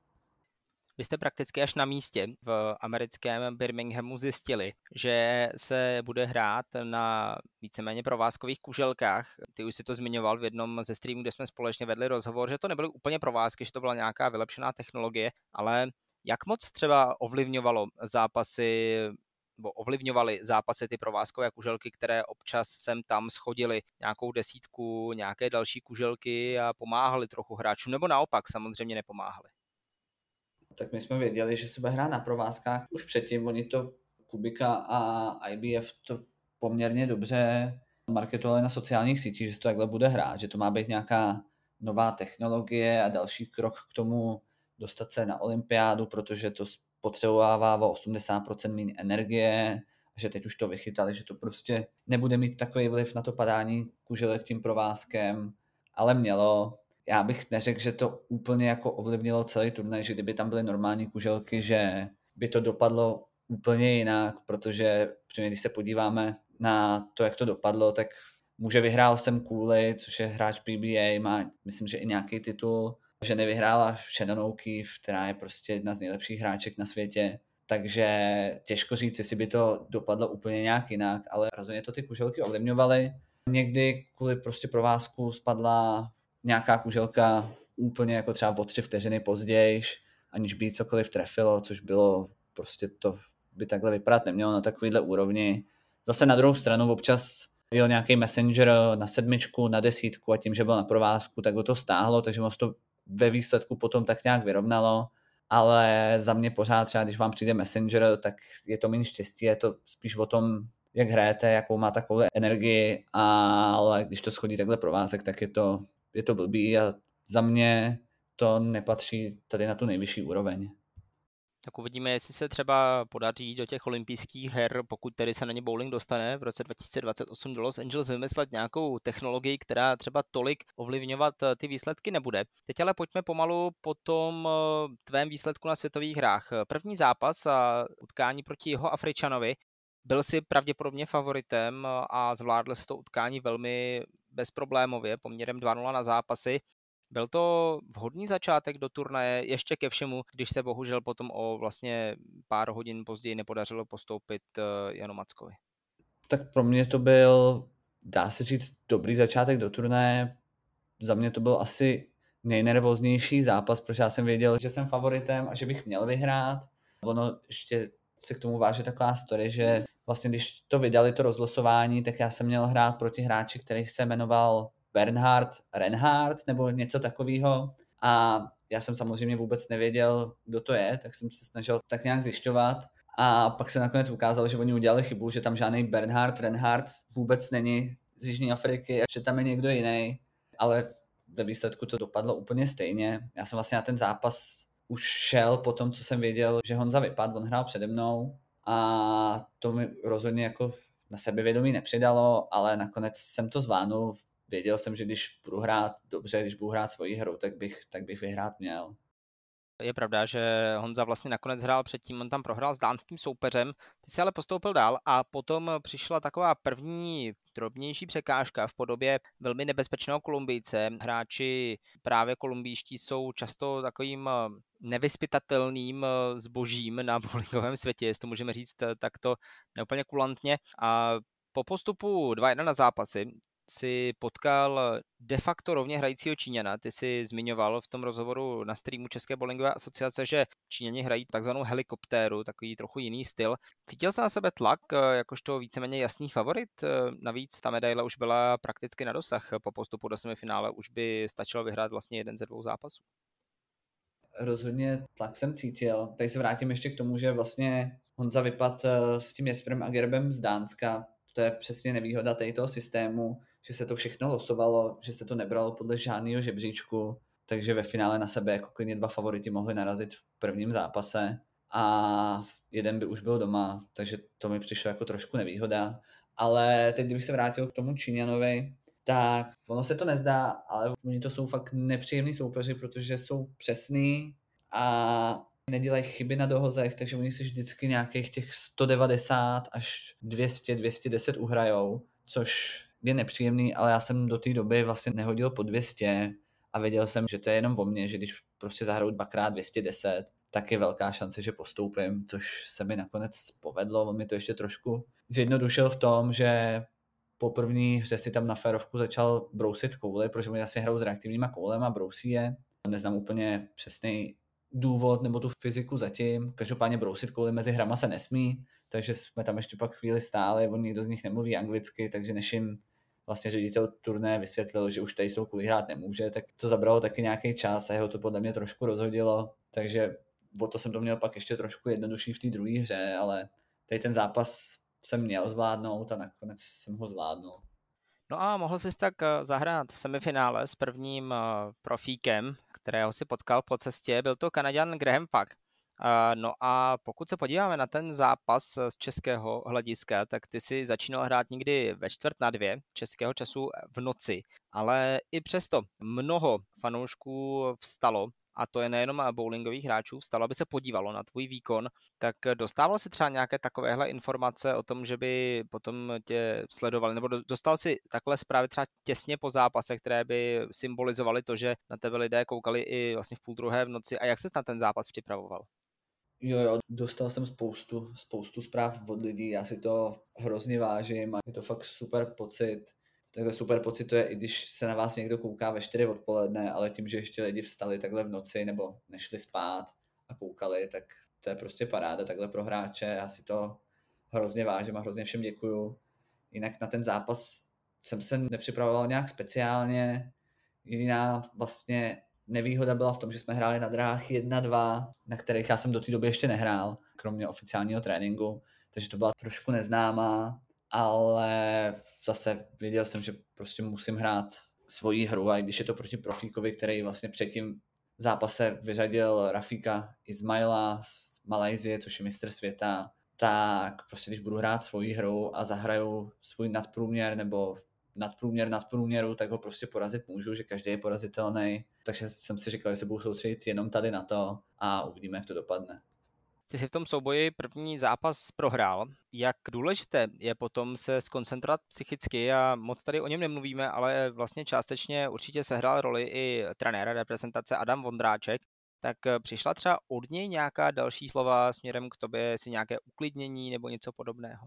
Vy jste prakticky až na místě v americkém Birminghamu zjistili, že se bude hrát na víceméně provázkových kuželkách. Ty už si to zmiňoval v jednom ze streamů, kde jsme společně vedli rozhovor, že to nebyly úplně provázky, že to byla nějaká vylepšená technologie, ale jak moc třeba ovlivňovalo zápasy nebo ovlivňovaly zápasy ty provázkové kuželky, které občas sem tam schodily nějakou desítku, nějaké další kuželky a pomáhaly trochu hráčům, nebo naopak samozřejmě nepomáhaly? Tak my jsme věděli, že se bude hrát na provázkách už předtím. Oni to Kubika a I B F to poměrně dobře marketovali na sociálních sítích, že se to takhle bude hrát, že to má být nějaká nová technologie a další krok k tomu dostat se na olympiádu, protože to spotřebovává o osmdesát procent méně energie, že teď už to vychytali, že to prostě nebude mít takový vliv na to padání kuželek tím provázkem, ale mělo. Já bych neřekl, že to úplně jako ovlivnilo celý turnaj, že kdyby tam byly normální kuželky, že by to dopadlo úplně jinak, protože když se podíváme na to, jak to dopadlo, tak muže vyhrál Sam Cooley, což je hráč P B A, má myslím, že i nějaký titul, že nevyhrála Shannon O'Keefe, která je prostě jedna z nejlepších hráček na světě, takže těžko říct, jestli by to dopadlo úplně nějak jinak, ale rozhodně to ty kuželky ovlivňovaly. Někdy kvůli prostě provázku spadla nějaká kuželka úplně jako třeba o tři vteřiny později, aniž by cokoliv trefilo, což bylo prostě to by takhle vypadat nemělo na takovýhle úrovni. Zase na druhou stranu občas byl nějaký messenger na sedmičku, na desítku a tím, že byl na provázku, tak ho to stáhlo, takže moc to ve výsledku potom tak nějak vyrovnalo, ale za mě pořád třeba, když vám přijde messenger, tak je to méně štěstí, je to spíš o tom, jak hrajete, jakou má takovou energii, ale když to schodí takhle provázek, tak je to je to blbý a za mě to nepatří tady na tu nejvyšší úroveň. Tak uvidíme, jestli se třeba podaří do těch olympijských her, pokud tedy se na ně bowling dostane v roce dva tisíce dvacet osm do Los Angeles, vymyslet nějakou technologii, která třeba tolik ovlivňovat ty výsledky nebude. Teď ale pojďme pomalu po tom tvém výsledku na světových hrách. První zápas a utkání proti Jihoafričanovi. Byl si pravděpodobně favoritem a zvládl se to utkání velmi bezproblémově, poměrem dva nula na zápasy. Byl to vhodný začátek do turnaje, ještě ke všemu, když se bohužel potom o vlastně pár hodin později nepodařilo postoupit Janu Mackovi. Tak pro mě to byl, dá se říct, dobrý začátek do turnaje. Za mě to byl asi nejnervóznější zápas, protože já jsem věděl, že jsem favoritem a že bych měl vyhrát. Ono ještě se k tomu váže taková story, že vlastně když to vydali to rozlosování, tak já jsem měl hrát proti hráči, který se jmenoval Bernhard Reinhardt nebo něco takového a já jsem samozřejmě vůbec nevěděl, kdo to je, tak jsem se snažil tak nějak zjišťovat a pak se nakonec ukázalo, že oni udělali chybu, že tam žádný Bernhard Reinhardt vůbec není z Jižní Afriky a že tam je někdo jiný, ale ve výsledku to dopadlo úplně stejně. Já jsem vlastně na ten zápas už šel po tom, co jsem věděl, že Honza vypadl, on hrál přede mnou a to mi rozhodně jako na sebevědomí nepřidalo, ale nakonec jsem to zvládnul. Věděl jsem, že když budu hrát dobře, když budu hrát svoji hru, tak bych, tak bych vyhrát měl. Je pravda, že Honza vlastně nakonec hrál předtím, on tam prohrál s dánským soupeřem, ty se ale postoupil dál a potom přišla taková první drobnější překážka v podobě velmi nebezpečného Kolumbijce. Hráči právě kolumbijští jsou často takovým nevyspytatelným zbožím na bowlingovém světě, jestli to můžeme říct takto neúplně kulantně. A po postupu dva jedna na zápasy si potkal de facto rovně hrajícího Číňana. Ty si zmiňoval v tom rozhovoru na streamu České bowlingové asociace, že Číňani hrají takzvanou helikoptéru, takový trochu jiný styl. Cítil jsi na sebe tlak, jakožto víceméně jasný favorit? Navíc ta medaile už byla prakticky na dosah po postupu do semifinále, už by stačilo vyhrát vlastně jeden ze dvou zápasů. Rozhodně tlak jsem cítil. Tady se vrátím ještě k tomu, že vlastně Honza vypad s tím Jesperem Agerbem z Dánska. To je přesně nevýhoda tady toho systému, že se to všechno losovalo, že se to nebralo podle žádného žebříčku, takže ve finále na sebe jako klidně dva favoriti mohli narazit v prvním zápase a jeden by už byl doma, takže to mi přišlo jako trošku nevýhoda. Ale teď, kdybych se vrátil k tomu Číňanovi, tak ono se to nezdá, ale oni to jsou fakt nepříjemný soupeři, protože jsou přesný a nedělají chyby na dohozech, takže oni si vždycky nějakých těch sto devadesát až dvě stě, dvě stě deset uhrajou, což je nepříjemný, ale já jsem do té doby vlastně nehodil po dvě stě a věděl jsem, že to je jenom o mně, že když prostě zahraju dvakrát dvě stě deset, tak je velká šance, že postoupím, což se mi nakonec povedlo. On mi to ještě trošku zjednodušil v tom, že po první hře si tam na férovku začal brousit koule, protože oni asi hrajou s reaktivníma koulema, brousí je. Neznám úplně přesný důvod nebo tu fyziku zatím. Každopádně brousit kouli mezi hrama se nesmí, takže jsme tam ještě pak chvíli stáli, on nikdo z nich nemluví anglicky, takže než jim vlastně ředitel turné vysvětlil, že už tady jsou kvůli hrát nemůže, tak to zabralo taky nějaký čas a jeho to podle mě trošku rozhodilo, takže o to jsem to měl pak ještě trošku jednodušší v té druhé hře, ale tady ten zápas jsem měl zvládnout a nakonec jsem ho zvládnul. No a mohl jsi tak zahrát semifinále s prvním profíkem, kterého si potkal po cestě, byl to Kanaďan Graham Pak. No a pokud se podíváme na ten zápas z českého hlediska, tak ty si začínal hrát někdy ve čtvrt na dvě českého času v noci, ale i přesto mnoho fanoušků vstalo, a to je nejenom bowlingových hráčů, vstalo, aby se podívalo na tvůj výkon, tak dostával si třeba nějaké takovéhle informace o tom, že by potom tě sledovali, nebo dostal si takhle zprávy třeba těsně po zápase, které by symbolizovaly to, že na tebe lidé koukali i vlastně v půl druhé v noci, a jak ses na ten zápas připravoval? Jo, jo, dostal jsem spoustu, spoustu zpráv od lidí, já si to hrozně vážím a je to fakt super pocit. Takhle super pocit to je, i když se na vás někdo kouká ve čtyři odpoledne, ale tím, že ještě lidi vstali takhle v noci nebo nešli spát a koukali, tak to je prostě paráda takhle pro hráče. Já si to hrozně vážím a hrozně všem děkuju. Jinak na ten zápas jsem se nepřipravoval nějak speciálně. Jediná vlastně nevýhoda byla v tom, že jsme hráli na drahách jedna dva, na kterých já jsem do té doby ještě nehrál, kromě oficiálního tréninku, takže to byla trošku neznámá, ale zase věděl jsem, že prostě musím hrát svoji hru, a když je to proti profíkovi, který vlastně předtím v zápase vyřadil Rafika Ismaila z Malajsie, což je mistr světa, tak prostě když budu hrát svoji hru a zahraju svůj nadprůměr nebo nadprůměr nadprůměru, tak ho prostě porazit můžu, že každý je porazitelný. Takže jsem si říkal, že se budu soustředit jenom tady na to a uvidíme, jak to dopadne. Ty jsi v tom souboji první zápas prohrál. Jak důležité je potom se zkoncentrovat psychicky, a moc tady o něm nemluvíme, ale vlastně částečně určitě sehrál roli i trenér reprezentace Adam Vondráček. Tak přišla třeba od něj nějaká další slova směrem k tobě, jestli nějaké uklidnění nebo něco podobného?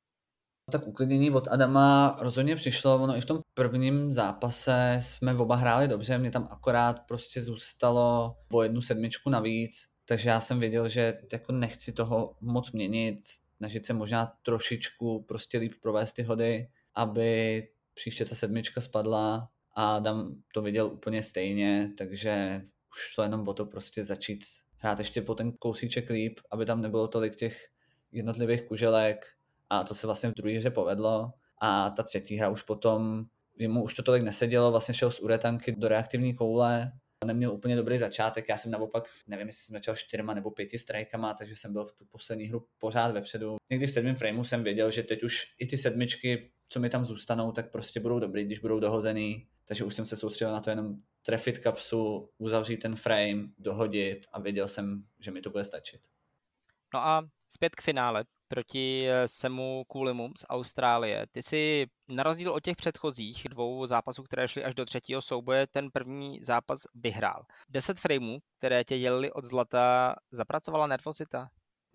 Tak uklidnění od Adama rozhodně přišlo, ono i v tom prvním zápase jsme oba hráli dobře, mě tam akorát prostě zůstalo o jednu sedmičku navíc, takže já jsem věděl, že jako nechci toho moc měnit, snažit se možná trošičku prostě líp provést ty hody, aby příště ta sedmička spadla, a Adam to viděl úplně stejně, takže už šlo jenom o to prostě začít hrát ještě po ten kousíček líp, aby tam nebylo tolik těch jednotlivých kuželek. A to se vlastně v druhé hře povedlo. A ta třetí hra už potom, jemu už to tolik nesedělo, vlastně šel z uretanky do reaktivní koule. Neměl úplně dobrý začátek, já jsem naopak, nevím, jestli jsem začal čtyřma nebo pěti strajkama, takže jsem byl v tu poslední hru pořád vepředu. Někdy v sedmém frameu jsem věděl, že teď už i ty sedmičky, co mi tam zůstanou, tak prostě budou dobrý, když budou dohozený. Takže už jsem se soustředil na to jenom trefit kapsu, uzavřít ten frame, dohodit a věděl jsem, že mi to bude stačit. No a zpět k finále proti Samu Coolimu z Austrálie. Ty si na rozdíl od těch předchozích dvou zápasů, které šly až do třetího souboje, ten první zápas vyhrál. Deset frameů, které tě dělily od zlata, zapracovala nervozita?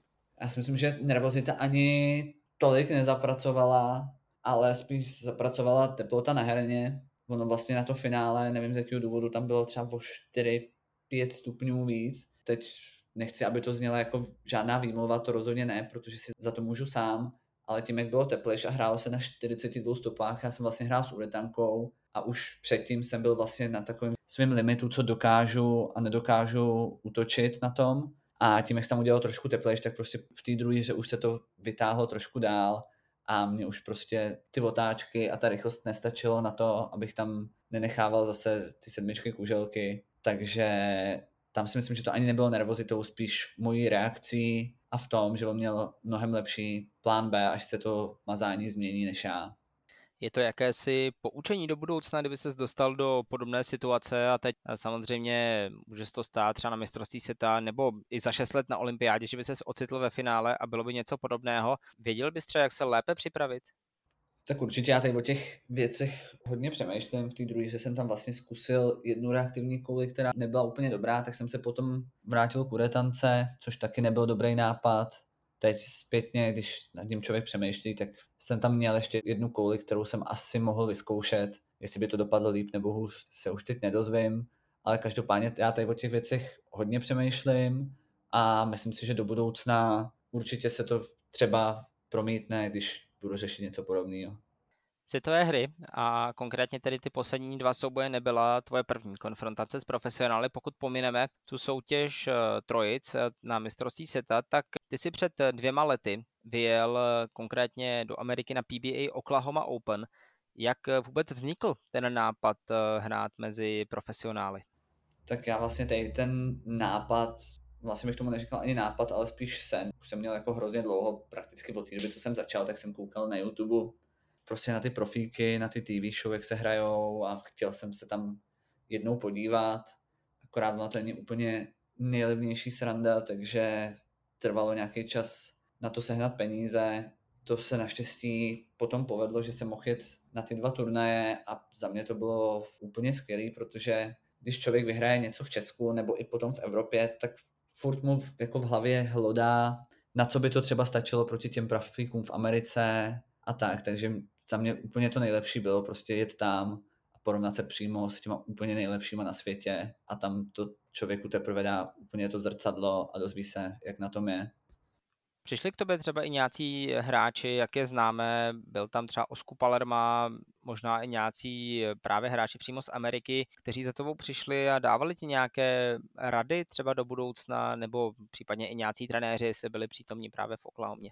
Já si myslím, že nervozita ani tolik nezapracovala, ale spíš zapracovala teplota na herně. Ono vlastně na to finále, nevím z jakého důvodu, tam bylo třeba o čtyři pět stupňů víc. Teď nechci, aby to znělo jako žádná výmluva, to rozhodně ne, protože si za to můžu sám, ale tím, jak bylo teplejší a hrálo se na čtyřicet dva stopách, já jsem vlastně hrál s uretankou a už předtím jsem byl vlastně na takovém svém limitu, co dokážu a nedokážu útočit na tom. A tím, jak se tam udělalo trošku teplejší, tak prostě v té druhé hře už se to vytáhlo trošku dál a mě už prostě ty otáčky a ta rychlost nestačilo na to, abych tam nenechával zase ty sedmičky kuželky, takže tam si myslím, že to ani nebylo nervozitou, spíš mojí reakcí a v tom, že on měl mnohem lepší plán B, až se to mazání změní než já. Je to jakési poučení do budoucna, kdyby ses dostal do podobné situace a teď samozřejmě může se to stát třeba na mistrovství světa nebo i za šest let na olympiádě, že by ses ocitl ve finále a bylo by něco podobného. Věděl bys třeba, jak se lépe připravit? Tak určitě já tady o těch věcech hodně přemýšlím. V té druhé, že jsem tam vlastně zkusil jednu reaktivní kouli, která nebyla úplně dobrá, tak jsem se potom vrátil k uretance, což taky nebyl dobrý nápad. Teď zpětně, když nad tím člověk přemýšlí, tak jsem tam měl ještě jednu kouli, kterou jsem asi mohl vyzkoušet. Jestli by to dopadlo líp nebo hůř, se už teď nedozvím. Ale každopádně já tady o těch věcech hodně přemýšlím a myslím si, že do budoucna určitě se to třeba promítne, když budu řešit něco podobného. Světové hry a konkrétně tedy ty poslední dva souboje nebyla tvoje první konfrontace s profesionály. Pokud pomineme tu soutěž trojic na mistrovství světa, tak ty si před dvěma lety vyjel konkrétně do Ameriky na P B A Oklahoma Open. Jak vůbec vznikl ten nápad hrát mezi profesionály? Tak já vlastně tady ten nápad, vlastně bych tomu neříkal ani nápad, ale spíš sen. Už jsem měl jako hrozně dlouho, prakticky od té doby, co jsem začal, tak jsem koukal na YouTube prostě na ty profíky, na ty T V show, jak se hrajou a chtěl jsem se tam jednou podívat. Akorát ono to není úplně nejlevnější sranda, takže trvalo nějaký čas na to sehnat peníze. To se naštěstí potom povedlo, že jsem mohl jet na ty dva turnaje a za mě to bylo úplně skvělý, protože když člověk vyhraje něco v Česku nebo i potom v Evropě, tak furt mu jako v hlavě hlodá, na co by to třeba stačilo proti těm profíkům v Americe a tak, takže za mě úplně to nejlepší bylo prostě jet tam a porovnat se přímo s těma úplně nejlepšíma na světě a tam to člověku teprve dá úplně to zrcadlo a dozví se, jak na tom je. Přišli k tobě třeba i nějací hráči, jak je známe, byl tam třeba Osku Palerma, možná i nějací právě hráči přímo z Ameriky, kteří za tebou přišli a dávali ti nějaké rady třeba do budoucna, nebo případně i nějací trenéři, jestli byli přítomní právě v Oklahomě?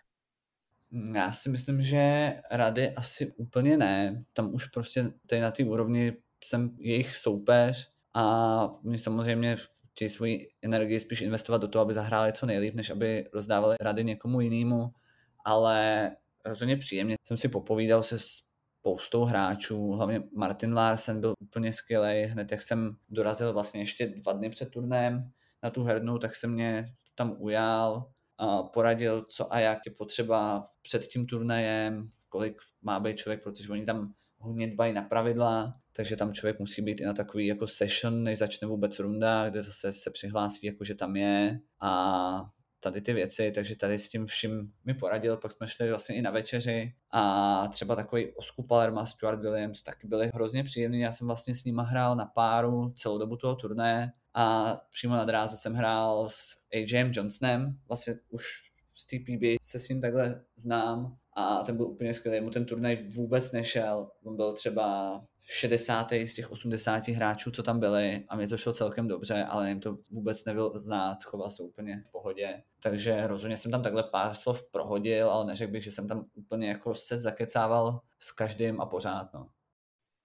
Já si myslím, že rady asi úplně ne. Tam už prostě tady na té úrovni jsem jejich soupeř a mě samozřejmě chtějí svoji energii spíš investovat do toho, aby zahráli co nejlíp, než aby rozdávali rady někomu jinému, ale rozhodně příjemně jsem si popovídal se spoustou hráčů, hlavně Martin Larsen byl úplně skvělej, hned jak jsem dorazil vlastně ještě dva dny před turnajem na tu hernu, tak se mě tam ujal a poradil, co a jak je potřeba před tím turnajem, kolik má být člověk, protože oni tam hodně dbají na pravidla, takže tam člověk musí být i na takový jako session, než začne vůbec runda, kde zase se přihlásí, jako že tam je a tady ty věci, takže tady s tím vším mi poradil, pak jsme šli vlastně i na večeři a třeba takový Osku Palerma, Stuart Williams, taky byli hrozně příjemný, já jsem vlastně s nima hrál na páru celou dobu toho turnaje a přímo na dráze jsem hrál s A J em Johnsonem, vlastně už z té P B A se s ním takhle znám a ten byl úplně skvělý, mu ten turnaj vůbec nešel, on byl třeba šedesátý z těch osmdesáti hráčů, co tam byli a mě to šlo celkem dobře, ale jim to vůbec nebyl znát, choval se úplně v pohodě, takže rozhodně jsem tam takhle pár slov prohodil, ale neřekl bych, že jsem tam úplně jako se zakecával s každým a pořád, no.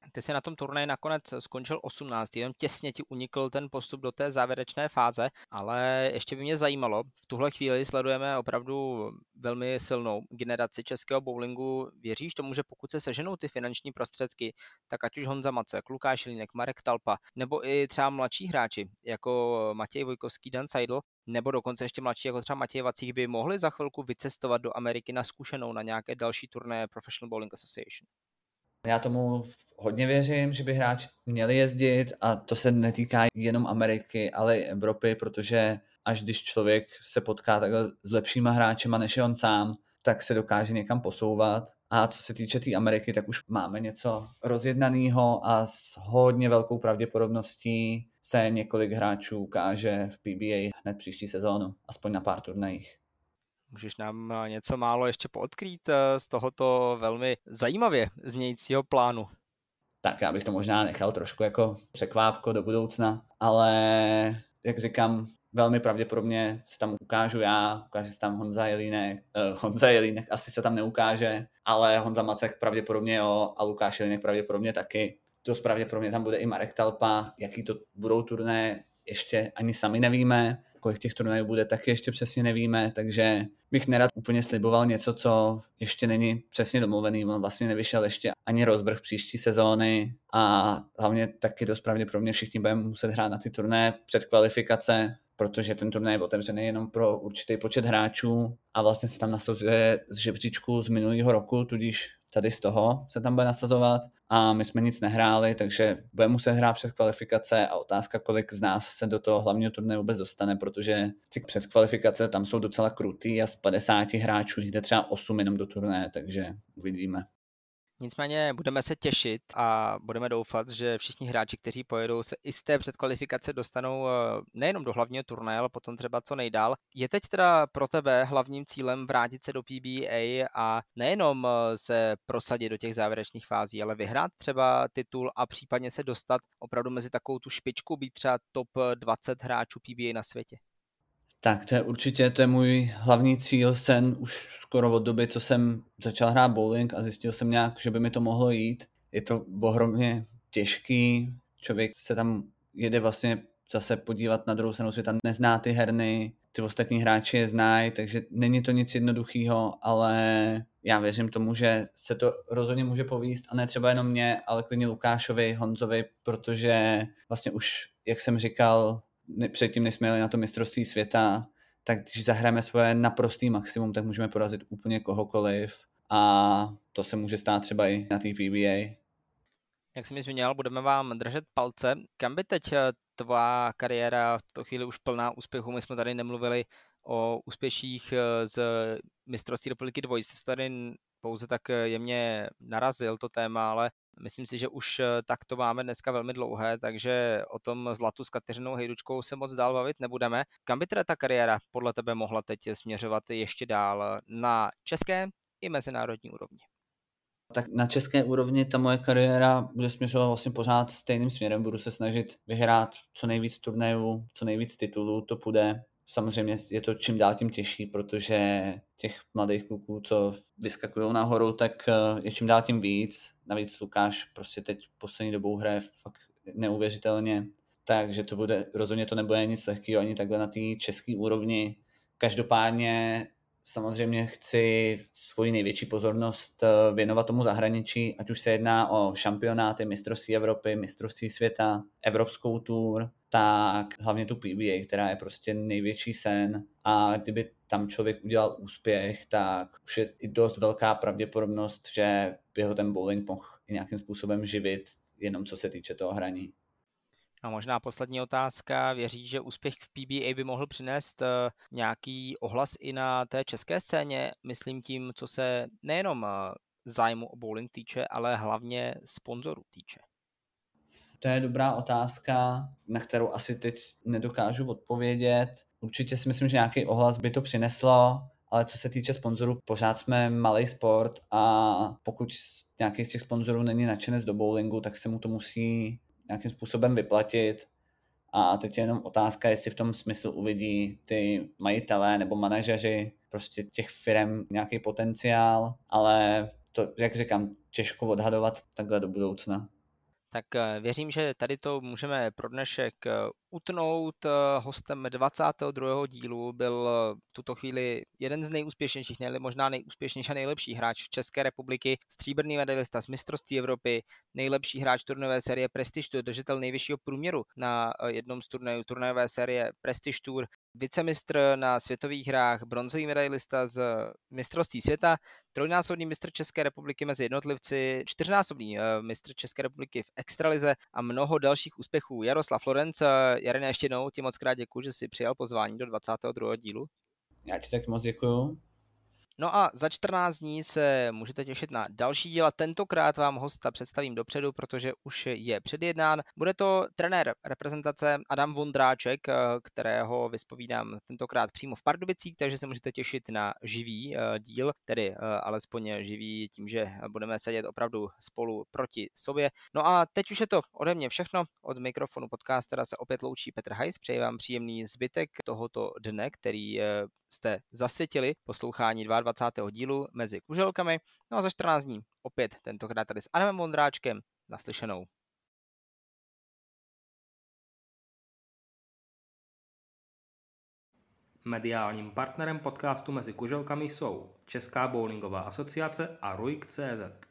Ty jsi na tom turnaji nakonec skončil osmnáctý, jen těsně ti unikl ten postup do té závěrečné fáze, ale ještě by mě zajímalo, v tuhle chvíli sledujeme opravdu velmi silnou generaci českého bowlingu. Věříš tomu, že pokud se seženou ty finanční prostředky, tak ať už Honza Macek, Lukáš Jelínek, Marek Talpa, nebo i třeba mladší hráči, jako Matěj Vojkovský, Dan Seidl, nebo dokonce ještě mladší, jako třeba Matěj Vacík, by mohli za chvilku vycestovat do Ameriky na zkušenou na nějaké další turnaje Professional Bowling Association? Já tomu hodně věřím, že by hráči měli jezdit a to se netýká jenom Ameriky, ale i Evropy, protože až když člověk se potká takhle s lepšíma hráčema než je on sám, tak se dokáže někam posouvat. A co se týče té tý Ameriky, tak už máme něco rozjednaného a s hodně velkou pravděpodobností se několik hráčů ukáže v P B A hned příští sezónu, aspoň na pár turnajích. Můžeš nám něco málo ještě poodkrýt z tohoto velmi zajímavě znějícího plánu? Tak já bych to možná nechal trošku jako překvápko do budoucna, ale jak říkám, velmi pravděpodobně se tam ukážu já, ukáže se tam Honza Jelínek, uh, Honza Jelínek asi se tam neukáže, ale Honza Macek pravděpodobně jo a Lukáš Jelínek pravděpodobně taky. Dost pravděpodobně tam bude i Marek Talpa, jaký to budou turné, ještě ani sami nevíme, kolik těch turnajů bude, taky ještě přesně nevíme, takže bych nerad úplně sliboval něco, co ještě není přesně domluvený. On vlastně nevyšel ještě ani rozvrh příští sezóny a hlavně taky dost pravděpodobně všichni budeme muset hrát na ty turné před kvalifikace, protože ten turnaj je otevřený jenom pro určitý počet hráčů a vlastně se tam nasazuje z žebříčku z minulého roku, tudíž tady z toho se tam bude nasazovat a my jsme nic nehráli, takže budeme muset hrát před kvalifikace a otázka, kolik z nás se do toho hlavního turnaje vůbec dostane, protože ty předkvalifikace tam jsou docela krutý a z padesáti hráčů jde třeba osm jenom do turnaje, takže uvidíme. Nicméně budeme se těšit a budeme doufat, že všichni hráči, kteří pojedou, se i z té předkvalifikace dostanou nejenom do hlavního turnaje, ale potom třeba co nejdál. Je teď teda pro tebe hlavním cílem vrátit se do P B A a nejenom se prosadit do těch závěrečných fází, ale vyhrát třeba titul a případně se dostat opravdu mezi takovou tu špičku, být třeba top dvacet hráčů P B A na světě? Tak to je určitě, to je můj hlavní cíl, sen už skoro od doby, co jsem začal hrát bowling a zjistil jsem nějak, že by mi to mohlo jít. Je to ohromně těžký, člověk se tam jede vlastně zase podívat na druhou stranu světa, nezná ty herny, ty ostatní hráči je znají, takže není to nic jednoduchého, ale já věřím tomu, že se to rozhodně může povíst a ne třeba jenom mě, ale klidně Lukášovi, Honzovi, protože vlastně už, jak jsem říkal, předtím, než jsme jeli na to mistrovství světa, tak když zahrajeme svoje naprostý maximum, tak můžeme porazit úplně kohokoliv a to se může stát třeba i na té P B A. Jak jsi mi zmínil, budeme vám držet palce. Kam by teď tvá kariéra v tuto chvíli už plná úspěchu? My jsme tady nemluvili o úspěších z mistrovství republiky dvojic. Ty jsi tady pouze tak jemně narazil to téma, ale myslím si, že už tak to máme dneska velmi dlouhé, takže o tom zlatu s Kateřinou Hejdučkou se moc dál bavit nebudeme. Kam by teda ta kariéra podle tebe mohla teď směřovat ještě dál na české i mezinárodní úrovni? Tak na české úrovni ta moje kariéra bude směřovat vlastně pořád stejným směrem. Budu se snažit vyhrát co nejvíc turnajů, co nejvíc titulů, to půjde. Samozřejmě je to čím dál tím těžší, protože těch mladých kluků, co vyskakují nahoru, tak je čím dál tím víc. Navíc Lukáš prostě teď poslední dobou hraje fakt neuvěřitelně, takže to bude, rozhodně to nebude nic lehkého ani takhle na té české úrovni. Každopádně samozřejmě chci svoji největší pozornost věnovat tomu zahraničí, ať už se jedná o šampionáty, mistrovství Evropy, mistrovství světa, evropskou tour, tak hlavně tu P B A, která je prostě největší sen a kdyby tam člověk udělal úspěch, tak už je i dost velká pravděpodobnost, že by ho ten bowling mohl i nějakým způsobem živit, jenom co se týče toho hraní. A možná poslední otázka. Věříš, že úspěch v P B A by mohl přinést nějaký ohlas i na té české scéně? Myslím tím, co se nejenom zájmu o bowling týče, ale hlavně sponzorů týče. To je dobrá otázka, na kterou asi teď nedokážu odpovědět. Určitě si myslím, že nějaký ohlas by to přineslo, ale co se týče sponzorů, pořád jsme malý sport a pokud nějaký z těch sponzorů není nadšenec do bowlingu, tak se mu to musí nějakým způsobem vyplatit. A teď je jenom otázka, jestli v tom smysl uvidí ty majitelé nebo manažeři prostě těch firem nějaký potenciál, ale to, jak říkám, těžko odhadovat takhle do budoucna. Tak věřím, že tady to můžeme pro dnešek utnout. Hostem dvacátého druhého dílu byl v tuto chvíli jeden z nejúspěšnějších, možná nejúspěšnější a nejlepší hráč České republiky, stříbrný medailista z mistrovství Evropy, nejlepší hráč turnajové série Prestige Tour, držitel nejvyššího průměru na jednom z turnajů turnajové série Prestige Tour, vicemistr na světových hrách, bronzový medailista z mistrovství světa, trojnásobný mistr České republiky mezi jednotlivci, čtyřnásobný mistr České republiky v extralize a mnoho dalších úspěchů. Jaroslav Florenc, Jarine, ještě jednou ti moc krát děkuji, že jsi přijal pozvání do dvacátého druhého dílu. Já ti tak moc děkuju. No a za čtrnáct dní se můžete těšit na další díl a tentokrát vám hosta představím dopředu, protože už je předjednán. Bude to trenér reprezentace Adam Vondráček, kterého vyspovídám tentokrát přímo v Pardubicích, takže se můžete těšit na živý díl, tedy alespoň živý tím, že budeme sedět opravdu spolu proti sobě. No a teď už je to ode mě všechno. Od mikrofonu podcastera se opět loučí Petr Hajs. Přeji vám příjemný zbytek tohoto dne, který jste zasvětili poslouchání dvacátého druhého dílu Mezi kuželkami. No a za čtrnáct dní opět tentokrát tady s Adamem Vondráčkem. Naslyšenou. Mediálním partnerem podcastu Mezi kuželkami jsou Česká bowlingová asociace a Ruik tečka cé zet.